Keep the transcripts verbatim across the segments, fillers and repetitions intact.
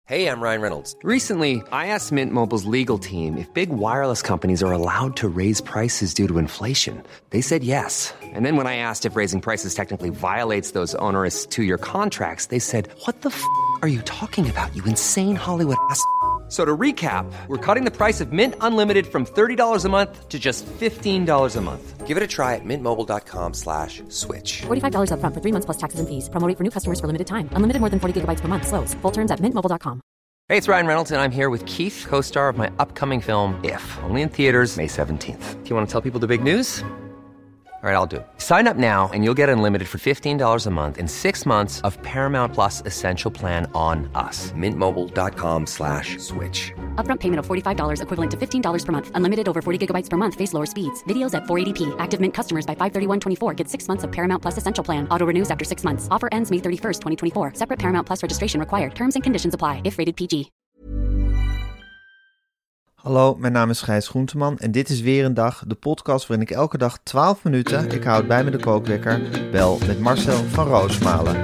Hey, I'm Ryan Reynolds. Recently, I asked Mint Mobile's legal team if big wireless companies are allowed to raise prices due to inflation. They said yes. And then when I asked if raising prices technically violates those onerous two-year contracts, they said, what the f*** are you talking about, you insane Hollywood ass f- So to recap, we're cutting the price of Mint Unlimited from thirty dollars a month to just fifteen dollars a month. Give it a try at mintmobile.com slash switch. forty-five dollars up front for three months plus taxes and fees. Promo rate for new customers for limited time. Unlimited more than forty gigabytes per month. Slows full terms at mint mobile dot com. Hey, it's Ryan Reynolds, and I'm here with Keith, co-star of my upcoming film, If, only in theaters May seventeenth. Do you want to tell people the big news? All right, I'll do it. Sign up now and you'll get unlimited for fifteen dollars a month and six months of Paramount Plus Essential Plan on us. Mintmobile.com slash switch. Upfront payment of forty-five dollars equivalent to fifteen dollars per month. Unlimited over forty gigabytes per month. Face lower speeds. Videos at four eighty p. Active Mint customers by five thirty-one twenty-four get six months of Paramount Plus Essential Plan. Auto renews after six months. Offer ends May thirty-first, twenty twenty-four. Separate Paramount Plus registration required. Terms and conditions apply if rated P G. Hallo, mijn naam is Gijs Groenteman en dit is weer een dag, de podcast waarin ik elke dag twaalf minuten, ik houd bij me de kookwekker, bel met Marcel van Roosmalen.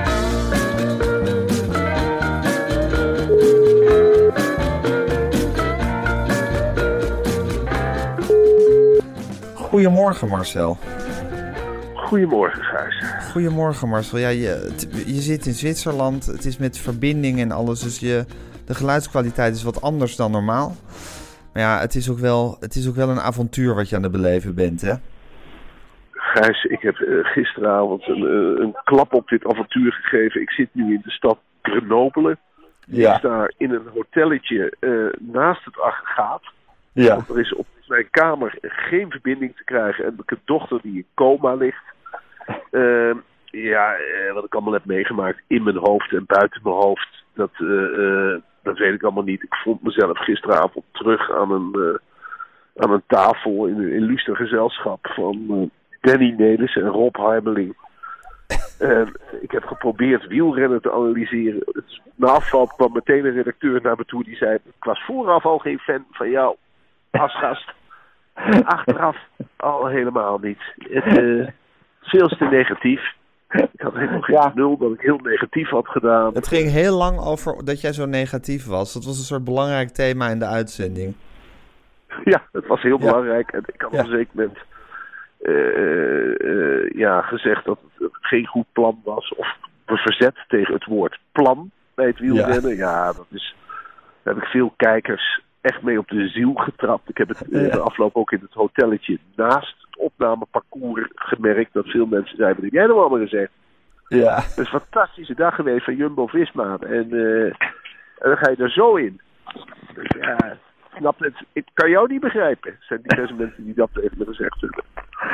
Goedemorgen Marcel. Goedemorgen Gijs. Goedemorgen Marcel. Ja, je, je zit in Zwitserland, het is met verbinding en alles, dus je, de geluidskwaliteit is wat anders dan normaal. Maar ja, het is ook wel, het is ook wel een avontuur wat je aan het beleven bent, hè? Gijs, ik heb uh, gisteravond een, uh, een klap op dit avontuur gegeven. Ik zit nu in de stad Grenoble. Ja. Ik sta in een hotelletje uh, naast het aggregaat. Ja. Want er is op mijn kamer geen verbinding te krijgen. En ik heb een dochter die in coma ligt. Uh, ja, uh, wat ik allemaal heb meegemaakt in mijn hoofd en buiten mijn hoofd. Dat... Uh, uh, Dat weet ik allemaal niet. Ik vond mezelf gisteravond terug aan een, uh, aan een tafel in een illustre gezelschap van uh, Danny Nelis en Rob Harmeling. En ik heb geprobeerd wielrennen te analyseren. Het, na afloop kwam meteen een redacteur naar me toe die zei: ik was vooraf al geen fan van jou als gast. Achteraf al helemaal niet. Het uh, veel te negatief. Ik had helemaal geen ja. nul dat ik heel negatief had gedaan. Het ging heel lang over dat jij zo negatief was. Dat was een soort belangrijk thema in de uitzending. Ja, het was heel ja. belangrijk. En ik had op ja. een zeker moment uh, uh, ja, gezegd dat het geen goed plan was. Of verzet tegen het woord plan bij het wielrennen. Ja, ja dat is, daar heb ik veel kijkers echt mee op de ziel getrapt. Ik heb het uh, ja. de afloop ook in het hotelletje naast het opnameparcours gemerkt. Dat veel mensen zeiden: wat heb jij nou allemaal gezegd? Ja. Het is een fantastische dag geweest van Jumbo-Visma. En, uh, en dan ga je er zo in. Dus ja, snap het. Ik kan jou niet begrijpen. Het zijn diverse mensen die dat tegen me gezegd hebben.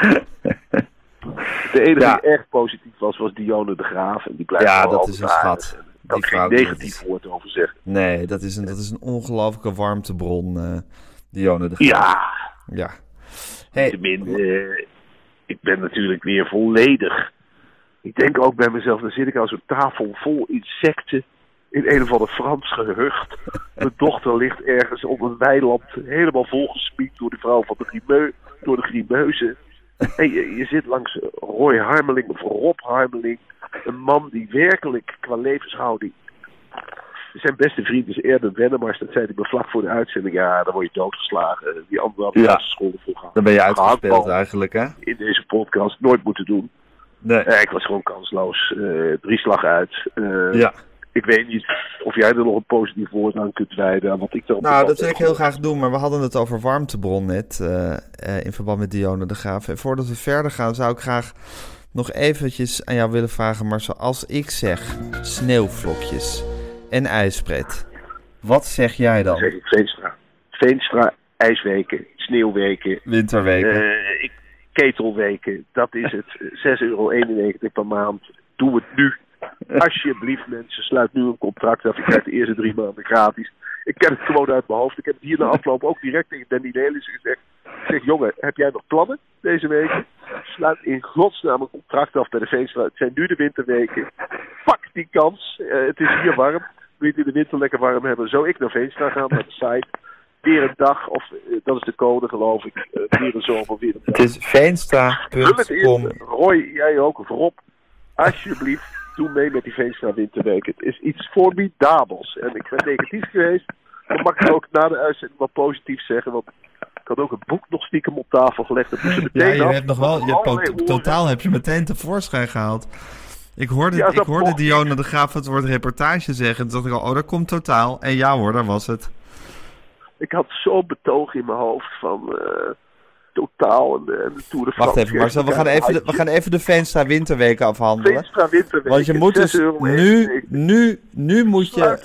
De enige ja. die erg positief was, was Dionne de Graaf. En die blijft ja, al dat is een schat. Daar kan ik geen negatief woord over zeggen. Nee, dat is een, dat is een ongelooflijke warmtebron, uh, Dionne de Graaf. Ja. Ja. Hey. Tenminste, uh, ik ben natuurlijk weer volledig. Ik denk ook bij mezelf, dan zit ik aan zo'n tafel vol insecten in een of ander Frans gehucht. Mijn dochter ligt ergens op een weiland, helemaal volgespiekt door de vrouw van de Grimeu, door de Grimeuzen. En je, je zit langs Roy Harmeling of Rob Harmeling, een man die werkelijk qua levenshouding... Zijn beste vriend is Erben Wennemars, dat zei hij me vlak voor de uitzending. Ja, dan word je doodgeslagen. Die andere ja. scholen voor gaan. Dan ben je uitgespeeld eigenlijk, hè? In deze podcast nooit moeten doen. Nee. Uh, ik was gewoon kansloos. Uh, drie slag uit. Uh, ja. Ik weet niet of jij er nog een positief woord aan kunt wijden. Aan wat ik erop nou, dat wil ik heel graag doen. Maar we hadden het over warmtebron net. Uh, uh, in verband met Dionne de Graaf. En voordat we verder gaan, zou ik graag nog eventjes aan jou willen vragen. Maar zoals ik zeg, sneeuwvlokjes en ijspret. Wat zeg jij dan? Dan zeg ik Veenstra. Veenstra, ijsweken, sneeuwweken. Winterweken. Uh, ik, ketelweken, dat is het. zes euro eenennegentig per maand. Doe het nu. Alsjeblieft mensen, sluit nu een contract af. Je krijgt de eerste drie maanden gratis. Ik ken het gewoon uit mijn hoofd. Ik heb het hier na afloop ook direct tegen Danny Nelis gezegd. Ik zeg, jongen, heb jij nog plannen deze week? Sluit in godsnaam een contract af bij de Veenstra. Het zijn nu de winterweken. Pak die kans. Uh, het is hier warm. Wil je het in de winter lekker warm hebben? Zou ik naar Veenstra gaan, naar de site. Weer een dag, of uh, dat is de code geloof ik. Uh, weer een zomer, weer een dag. Het is veenstra punt com. Roy, jij ook, of Rob. Alsjeblieft. Doe mee met die Veenstra Winterweek. Het is iets formidabels. En ik ben negatief geweest. Dan mag ik ook na de uitzending wat positief zeggen. Want ik had ook het boek nog stiekem op tafel gelegd. Dat moest meteen ja, je af. hebt nog wel, je hebt po- totaal heb je meteen tevoorschijn gehaald. Ik hoorde, ja, ik hoorde mocht... Dionne de Graaf het woord reportage zeggen. Toen dacht ik al, oh, daar komt totaal. En ja hoor, daar was het. Ik had zo'n betoog in mijn hoofd van uh, totaal en de, en de Tour de France. Wacht even Marcel, we gaan even de, we gaan even de Veenstra Winterweken afhandelen. Veenstra Winterweken. Want je moet dus nu, nu, nu moet je...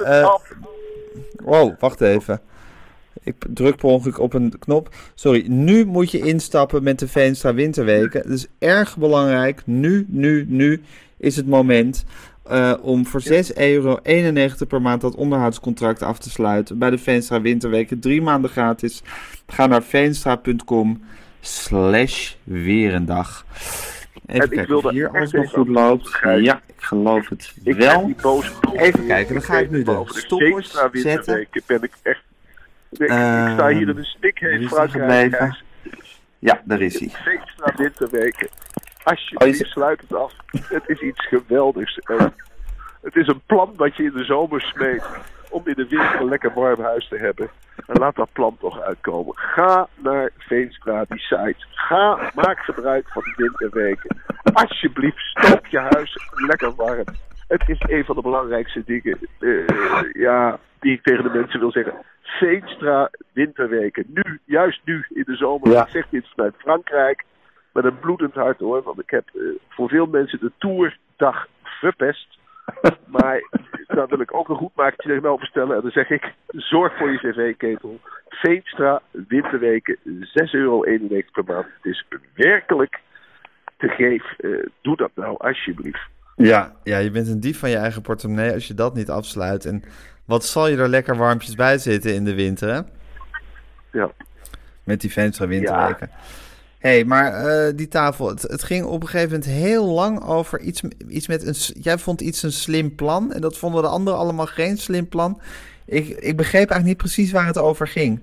Uh, wow, wacht even. Ik druk per ongeluk op een knop. Sorry, nu moet je instappen met de Veenstra Winterweken. Dat is erg belangrijk. Nu, nu, nu is het moment uh, om voor zes euro eenennegentig per maand dat onderhoudscontract af te sluiten. Bij de Veenstra Winterweken. Drie maanden gratis. Ga naar veenstra.com slash weerendag. Even kijken of hier alles nog goed loopt. Ja, ik geloof het ik wel. Even kijken, dan ga ik nu de stoppers zetten. Ben ik echt... Ik, ik sta hier in een stikheet Frankrijk. Ja, daar is hij. Veenstra Winterweken. Alsjeblieft, oh, sluit het af. Het is iets geweldigs. En het is een plan dat je in de zomer smeet om in de winter een lekker warm huis te hebben. En laat dat plan toch uitkomen. Ga naar Veenstra, die site. Ga, maak gebruik van die winterweken. Alsjeblieft, stook je huis lekker warm. Het is een van de belangrijkste dingen uh, ja, die ik tegen de mensen wil zeggen. Veenstra Winterweken. Nu, juist nu in de zomer. Ja. Ik zeg dit vanuit Frankrijk. Met een bloedend hart hoor. Want ik heb uh, voor veel mensen de Tourdag verpest. Maar daar wil ik ook een goed makertje tegenover stellen. En dan zeg ik, zorg voor je cv-ketel. Veenstra Winterweken, zes euro eenennegentig per maand. Het is werkelijk te geef. Uh, doe dat nou alsjeblieft. Ja, ja, je bent een dief van je eigen portemonnee als je dat niet afsluit. En wat zal je er lekker warmpjes bij zitten in de winter, hè? Ja. Met die Veenstra Winterweken. Ja. Hé, hey, maar uh, die tafel, het, het ging op een gegeven moment heel lang over iets, iets met een... Jij vond iets een slim plan en dat vonden de anderen allemaal geen slim plan. Ik, ik begreep eigenlijk niet precies waar het over ging.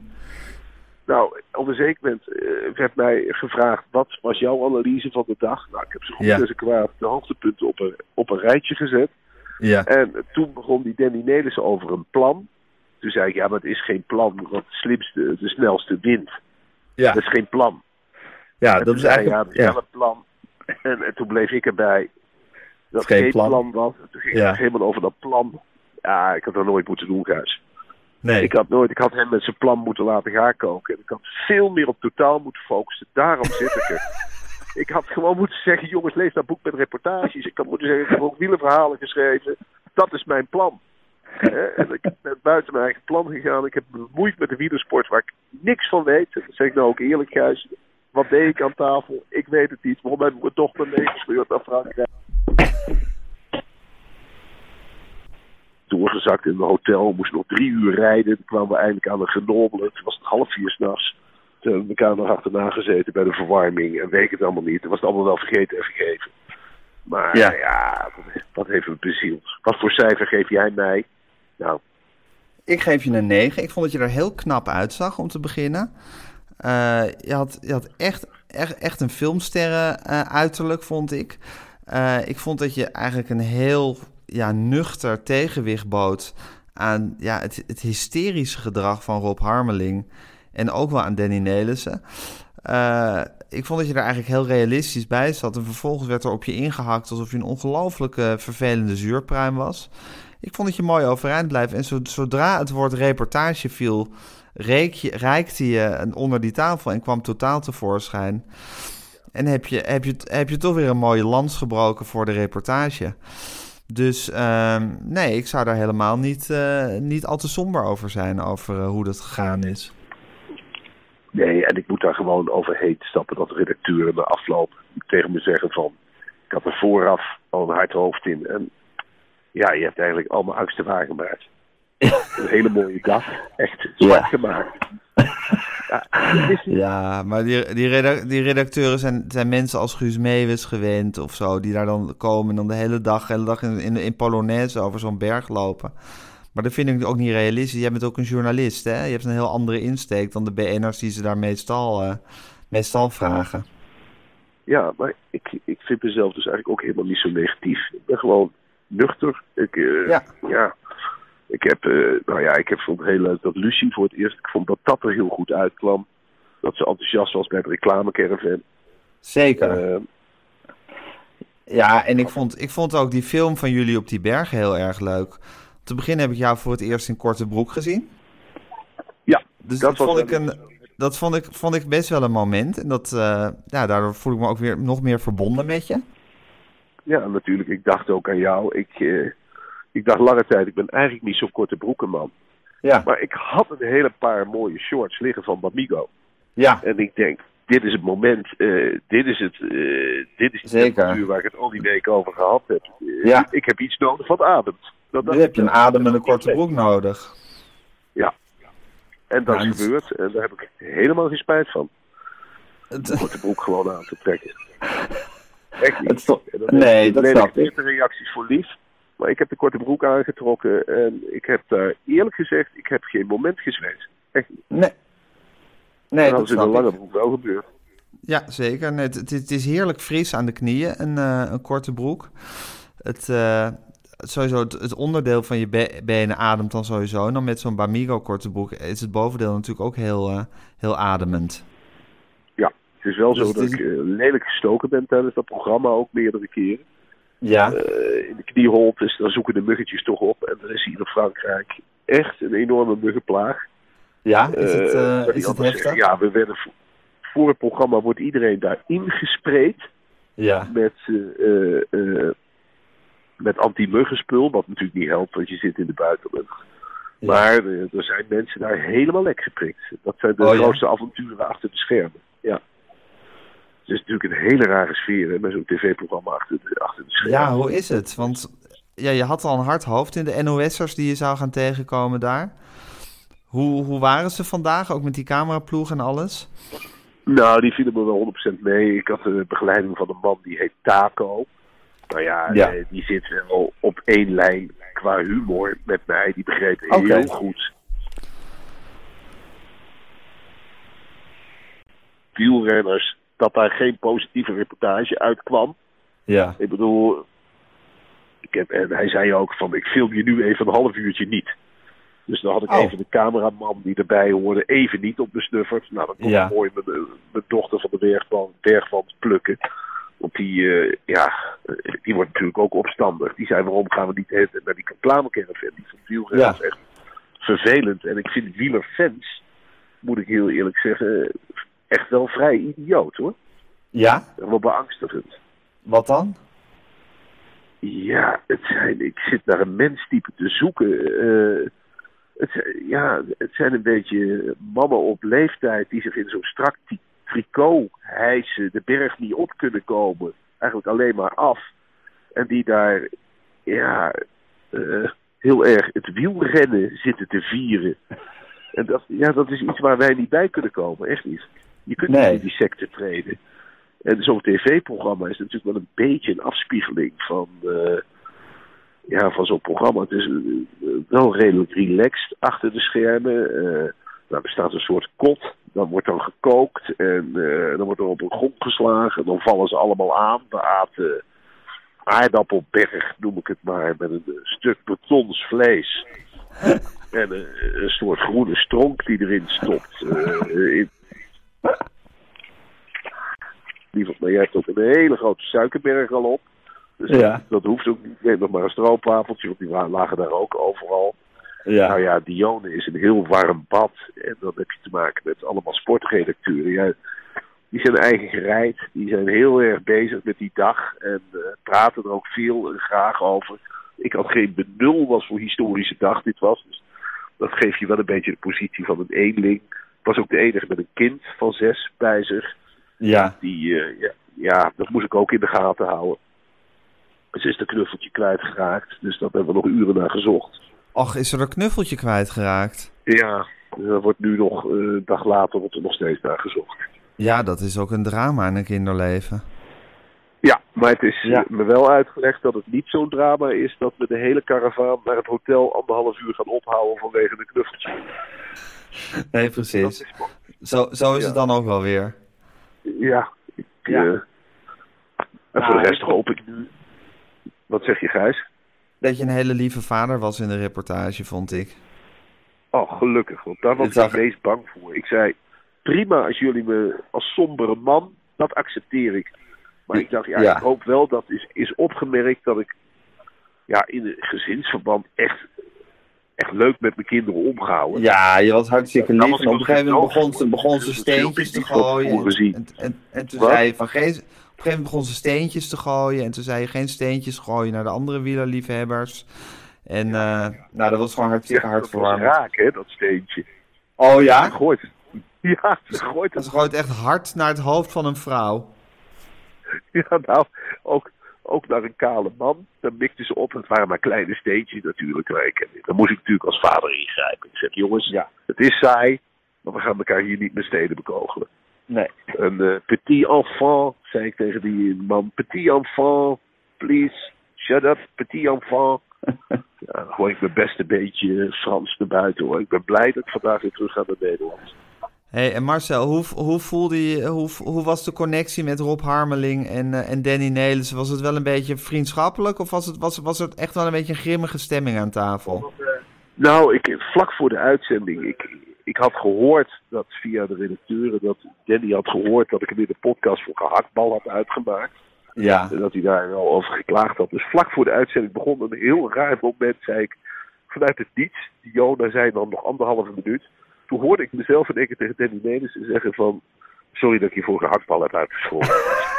Nou, op een zeker moment uh, werd mij gevraagd, wat was jouw analyse van de dag? Nou, ik heb zo goed ja. als ik kwaad de hoogtepunten op een, op een rijtje gezet. Ja. En toen begon die Danny Nelissen over een plan. Toen zei ik, ja, maar het is geen plan, want het slimste, de snelste wint. Ja. Dat is geen plan. Ja, dat is eigenlijk... Ja, dat is wel een plan. En, en toen bleef ik erbij dat het geen plan, plan was. Toen ging ja. het helemaal over dat plan. Ja, ik had dat nooit moeten doen, Gijs. Nee. Ik had nooit, ik had hem met zijn plan moeten laten gaan koken. En ik had veel meer op totaal moeten focussen. Daarom zit ik er. Ik had gewoon moeten zeggen, jongens, lees dat boek met reportages. Ik had moeten zeggen, ik heb ook wielerverhalen geschreven. Dat is mijn plan. En ik ben buiten mijn eigen plan gegaan. Ik heb me bemoeid met de wielersport waar ik niks van weet. Dat zeg ik nou ook eerlijk, Gijs. Wat deed ik aan tafel? Ik weet het niet. Waarom heb ik mijn dochter meegesleurd naar Frankrijk? Doorgezakt in een hotel. We moesten nog drie uur rijden. Toen kwamen we eindelijk aan een Grenoble. Het was het half vier s'nachts. Toen hebben we elkaar nog achterna gezeten bij de verwarming. En weet het allemaal niet. Het was het allemaal wel vergeten en vergeven. Maar ja, ja wat, wat heeft me bezield. Wat voor cijfer geef jij mij? Nou. Ik geef je een negen. Ik vond dat je er heel knap uitzag om te beginnen. Uh, je had, je had echt, echt, echt een filmsterren uh, uiterlijk, vond ik. Uh, ik vond dat je eigenlijk een heel ja, nuchter tegenwicht bood aan ja, het, het hysterische gedrag van Rob Harmeling en ook wel aan Danny Nelissen. Uh, ik vond dat je er eigenlijk heel realistisch bij zat en vervolgens werd er op je ingehakt alsof je een ongelooflijke vervelende zuurpruim was. Ik vond dat je mooi overeind blijft en zodra het woord reportage viel, reikje, reikte je onder die tafel en kwam totaal tevoorschijn. En heb je, heb, je, heb je toch weer een mooie lans gebroken voor de reportage. Dus uh, nee, ik zou daar helemaal niet, uh, niet al te somber over zijn, over uh, hoe dat gegaan is. Nee, en ik moet daar gewoon overheen stappen dat de redacteuren na afloop tegen me zeggen van, ik had er vooraf al een hard hoofd in. En ja, je hebt eigenlijk allemaal angsten waargemaakt. Een hele mooie dag. Echt zwart ja. gemaakt. Ja, ja, maar die, die, redac- die redacteuren zijn, zijn mensen als Guus Meeuwis gewend of zo, die daar dan komen en dan de hele dag, hele dag in, in, in Polonaise over zo'n berg lopen. Maar dat vind ik ook niet realistisch. Jij bent ook een journalist, hè? Je hebt een heel andere insteek dan de B N'ers die ze daar meestal, uh, meestal vragen. Ja, maar ik, ik vind mezelf dus eigenlijk ook helemaal niet zo negatief. Ik ben gewoon nuchter. Ik, uh, ja. ja. Ik heb, uh, nou ja, ik heb vond het heel leuk dat Lucie voor het eerst, ik vond dat dat er heel goed uitkwam. Dat ze enthousiast was bij het reclamecaravan. Zeker. Uh, ja, en ik vond, ik vond ook die film van jullie op die bergen heel erg leuk. Te beginnen heb ik jou voor het eerst in korte broek gezien. Ja, dus dat, dat was vond ik een, dat vond ik, vond ik best wel een moment. En dat, uh, ja, daardoor voel ik me ook weer nog meer verbonden met je. Ja, natuurlijk. Ik dacht ook aan jou. Ik, uh, ik dacht lange tijd, ik ben eigenlijk niet zo'n korte broekenman. Ja. Maar ik had een hele paar mooie shorts liggen van Bamigo. Ja. En ik denk, dit is het moment, uh, dit is het, uh, dit is de temperatuur waar ik het al die weken over gehad heb. Uh, ja. Ik heb iets nodig wat ademt. Dat nu heb je een ademende korte broek nodig. Ja. En dat ja, is gebeurd. En daar heb ik helemaal geen spijt van. De korte broek gewoon aan te trekken. Echt niet. Sto- nee, dat snap ik. Ik heb de reacties voor lief. Maar ik heb de korte broek aangetrokken. En ik heb daar eerlijk gezegd, ik heb geen moment gezweet. Echt niet. Nee. Nee, dat is in een lange broek wel gebeurd. Ja, zeker. Nee, het, het is heerlijk fris aan de knieën, een, uh, een korte broek. Het, uh, sowieso het, het onderdeel van je be- benen ademt dan sowieso. En dan met zo'n Bamigo korte broek is het bovendeel natuurlijk ook heel, uh, heel ademend. Ja, het is wel dus zo dat is... ik uh, lelijk gestoken ben tijdens dat programma ook meerdere keren. Ja. Uh, in de knieholtes, dan zoeken de muggetjes toch op. En er is hier in Frankrijk echt een enorme muggenplaag. Ja, is het, uh, uh, is het heftig? Zeggen, ja, we werden voor, voor het programma wordt iedereen daar ingespreid. Ja. Met, uh, uh, met anti-muggenspul, wat natuurlijk niet helpt, want je zit in de buitenlucht. Ja. Maar uh, er zijn mensen daar helemaal lek geprikt. Dat zijn de oh, grootste ja. avonturen achter de schermen. Ja. Het is natuurlijk een hele rare sfeer hè, met zo'n tv-programma achter de, achter de schermen. Ja, hoe is het? Want ja, je had al een hard hoofd in de N O S'ers die je zou gaan tegenkomen daar. Hoe, hoe waren ze vandaag, ook met die cameraploeg en alles? Nou, die vielen me wel honderd procent mee. Ik had de begeleiding van een man die heet Taco. Nou ja, ja. die zit wel op één lijn qua humor met mij. Die begreep heel okay. goed. Wielrenners, dat daar geen positieve reportage uitkwam. Ja. Ik bedoel, ik heb, en hij zei ook van, ik film je nu even een half uurtje niet. Dus dan had ik oh. even de cameraman die erbij hoorde even niet op de snuffert. Nou, dan kon ja. ik mooi mijn, mijn dochter van de bergwand, bergwand plukken. Want die, uh, ja, die wordt natuurlijk ook opstandig. Die zei, waarom gaan we niet even naar die reclamecaravan? Die van wielrenners ja. echt vervelend. En ik vind wielerfans, moet ik heel eerlijk zeggen, echt wel vrij idioot hoor. Ja? En wel beangstigend. Wat dan? Ja, het zijn, ik zit naar een menstype te zoeken. Uh, het, ja, het zijn een beetje mannen op leeftijd die zich in zo'n strak t- tricot hijsen, de berg niet op kunnen komen. Eigenlijk alleen maar af. En die daar, ja, uh, heel erg het wielrennen zitten te vieren. En dat, ja, dat is iets waar wij niet bij kunnen komen, echt niet. Je kunt nee. niet in die secte treden. En zo'n tv-programma is natuurlijk wel een beetje een afspiegeling van, uh, ja, van zo'n programma. Het is uh, wel redelijk relaxed achter de schermen. Uh, nou, er staat een soort kot. Dan wordt dan gekookt en uh, dan wordt er op een grond geslagen. Dan vallen ze allemaal aan. We aten aardappelberg, noem ik het maar, met een stuk betons vlees. En uh, een soort groene stronk die erin stopt. Uh, in... Maar jij hebt ook een hele grote suikerberg al op. Dus ja. dat, dat hoeft ook niet. Neem nog maar een stroopwafeltje, want die lagen daar ook overal. Ja. Nou ja, Dione is een heel warm bad. En dan heb je te maken met allemaal sportredacteuren. Ja, die zijn eigen gereid. Die zijn heel erg bezig met die dag. En uh, praten er ook veel en graag over. Ik had geen benul was voor historische dag dit was. Dus dat geeft je wel een beetje de positie van een eenling. Ik was ook de enige met een kind van zes bij zich. Ja. Die, uh, ja, ja, dat moest ik ook in de gaten houden. Ze is de knuffeltje kwijtgeraakt. Dus dat hebben we nog uren naar gezocht. Och, is er een knuffeltje kwijtgeraakt? Ja, er wordt nu nog, uh, een dag later wordt er nog steeds naar gezocht. Ja, dat is ook een drama in een kinderleven. Ja, maar het is ja. me wel uitgelegd dat het niet zo'n drama is dat we de hele karavaan naar het hotel anderhalf uur gaan ophouden vanwege een knuffeltje. Nee, precies. Zo, zo is ja. het dan ook wel weer. Ja. Ik, ja. Uh, en voor nou, de rest hoop ik nu... Wat zeg je, Gijs? dat je een hele lieve vader was in de reportage, vond ik. Oh, gelukkig, want daar was ik het meest bang voor. Ik zei, prima als jullie me als sombere man, dat accepteer ik. Maar ik dacht, ja, ja. ik hoop wel dat is, is opgemerkt dat ik ja, in een gezinsverband echt, echt leuk met mijn kinderen omgehouden. Ja, je was hartstikke lief. En op een gegeven moment begon ze, begon ze steentjes te gooien. En, en, en, en toen Wat? zei je van geen... Op een gegeven moment begon ze steentjes te gooien. En toen zei je geen steentjes gooien naar de andere wielerliefhebbers. En uh, nou, dat was gewoon hartstikke ja, hartverwarmend. Dat was raak, hè, dat steentje. Oh ja? Ze gooit. Ja, ze gooit het. Ze gooit echt hard naar het hoofd van een vrouw. Ja, nou, ook, ook naar een kale man. Dan mikte ze op. Het waren maar kleine steentjes natuurlijk. Dan moest ik natuurlijk als vader ingrijpen. Ik zeg, jongens, ja. het is saai. Maar we gaan elkaar hier niet met steden bekogelen. Nee. Een uh, petit enfant, zei ik tegen die man. Petit enfant, please, shut up, petit enfant. Ja, dan gooi ik mijn beste beetje Frans naar buiten, hoor. Ik ben blij dat ik vandaag weer terug ga naar Nederland. Hey, en Marcel, hoe, hoe voelde je, hoe, hoe was de connectie met Rob Harmeling en, uh, en Danny Nelissen? Was het wel een beetje vriendschappelijk of was het, was, was het echt wel een beetje een grimmige stemming aan tafel? Nou, ik, vlak voor de uitzending, ik, ik had gehoord dat via de redacteuren, dat Danny had gehoord dat ik hem in de podcast voor gehaktbal had uitgemaakt. Ja. En dat hij daar wel over geklaagd had. Dus vlak voor de uitzending begon een heel raar moment, zei ik, vanuit het niets. Die Jona zei dan nog anderhalve minuut. Toen hoorde ik mezelf in één keer tegen Danny Nelissen zeggen van, sorry dat ik je voor gehaktbal heb uitgescholden.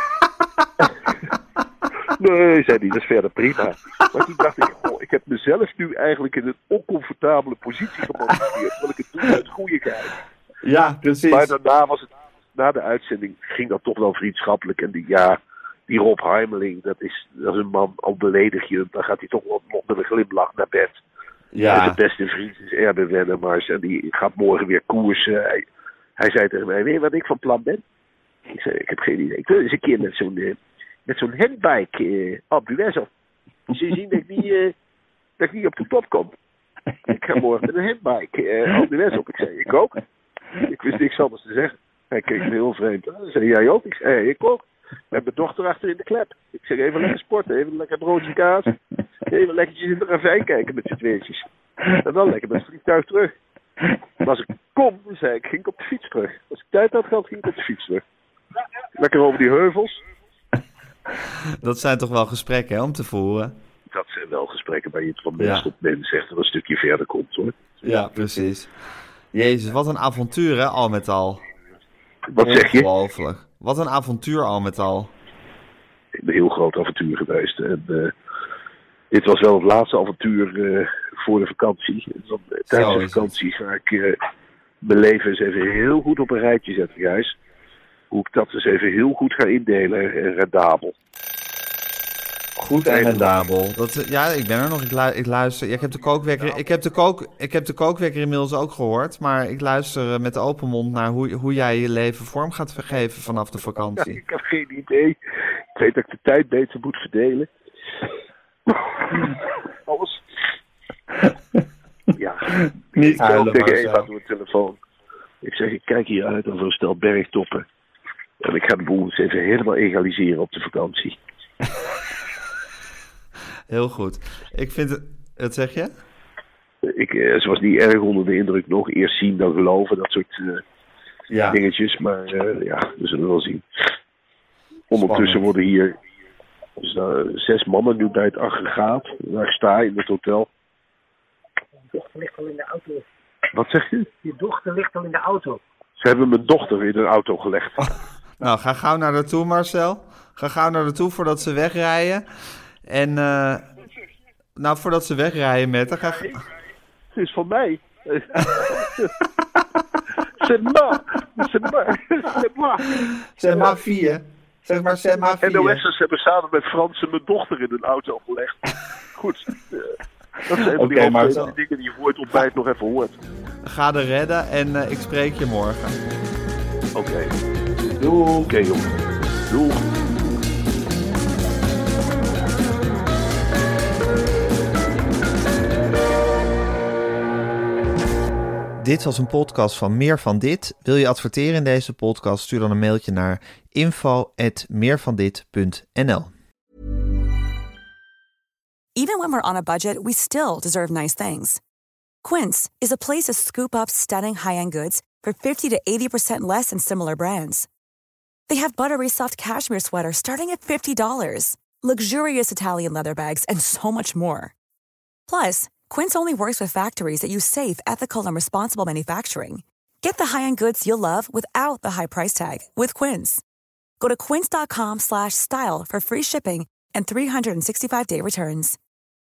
Nee, zei hij, dat is verder prima. Maar toen dacht ik, oh, ik heb mezelf nu eigenlijk in een oncomfortabele positie gemonteerd. Terwijl ik het doe uit goeieheid. Ja, precies. Maar daarna was het, na de uitzending ging dat toch wel vriendschappelijk. En die, ja, die Rob Harmeling, dat is, dat is een man, al beledig je hem, dan gaat hij toch wel nog met een glimlach naar bed. Ja. En zijn beste vriend is Erben Wennemars en die gaat morgen weer koersen. Hij, hij zei tegen mij, weet je wat ik van plan ben? Ik zei, ik heb geen idee. Ik wil eens een keer met zo'n, uh, met zo'n handbike uh, op de Wessel. Ze zien dat ik, niet, uh, dat ik niet op de top kom. Ik ga morgen met een handbike uh, op de Wessel. Ik zei, ik ook. Ik wist niks anders te zeggen. Hij keek me heel vreemd aan. Hij zei, jij ook? Ik zei, ik ook. Met mijn dochter achter in de klep. Ik zeg, even lekker sporten, even lekker broodje kaas. Even lekkertjes in de ravijn kijken met z'n tweetjes. En dan lekker met het vliegtuig terug. En als ik kom, zei ik, ging ik op de fiets terug. Als ik tijd had gehad, ging ik op de fiets terug. Lekker over die heuvels. Dat zijn toch wel gesprekken, hè, om te voeren? Dat zijn wel gesprekken waar je het van mens ja. tot mens zegt dat een stukje verder komt, hoor. Ja, precies. Jezus, wat een avontuur, hè, al met al. Wat zeg je? Ongelooflijk. Wat een avontuur al met al. Ik ben een heel groot avontuur geweest. En uh, dit was wel het laatste avontuur uh, voor de vakantie. En dan, uh, tijdens de vakantie ga ik uh, mijn leven eens even heel goed op een rijtje zetten, Gijs. Hoe ik dat eens even heel goed ga indelen en rendabel. Goed en rendabel. Dat, ja, ik ben er nog. Ik, lu- ik luister. Ja, ik heb de kookwekker. Ik heb de kook. Ik heb de kookwekker inmiddels ook gehoord. Maar ik luister met open mond naar hoe, hoe jij je leven vorm gaat geven vanaf de vakantie. Ja, ik heb geen idee. Ik weet dat ik de tijd beter moet verdelen. Alles. Ja. Niet ik huilen, tegen Eva door de telefoon. Ik zeg, ik kijk hier uit over een stel bergtoppen. En ik ga de boel eens even helemaal egaliseren op de vakantie. Heel goed. Ik vind het... Wat zeg je? Ik, ze was niet erg onder de indruk nog. Eerst zien dan geloven. Dat soort uh, ja. dingetjes. Maar uh, ja, we zullen wel zien. Ondertussen Spannend. worden hier dus, uh, zes mannen nu bij het aggregaat. Waar ik sta in het hotel. Je dochter ligt al in de auto. Wat zeg je? Je dochter ligt al in de auto. Ze hebben mijn dochter in een auto gelegd. Oh, nou, ga gauw naar naartoe, Marcel. Ga gauw naar naartoe voordat ze wegrijden. En, uh, nou, voordat ze wegrijden met... Ga... Het is van mij. C'est moi. C'est moi. C'est moi. C'est ma fille. Zeg maar, c'est ma fille. En de Wessers hebben samen met Frans mijn dochter in een auto gelegd. Goed. Uh, dat zijn okay, die, maar zo... die dingen die je voor het ontbijt nog even hoort. Ga er redden en uh, ik spreek je morgen. Oké. Okay. Doei. Oké, okay, jongen. Doei. Dit was een podcast van Meer van Dit. Wil je adverteren in deze podcast? Stuur dan een mailtje naar info at meervandit punt n l. Even when we're on a budget, we still deserve nice things. Quince is a place to scoop up stunning high-end goods for fifty to eighty percent less than similar brands. They have buttery soft cashmere sweaters starting at fifty dollars, luxurious Italian leather bags, and so much more. Plus, Quince only works with factories that use safe, ethical, and responsible manufacturing. Get the high-end goods you'll love without the high price tag with Quince. Go to quince.com slash style for free shipping and three sixty-five day returns.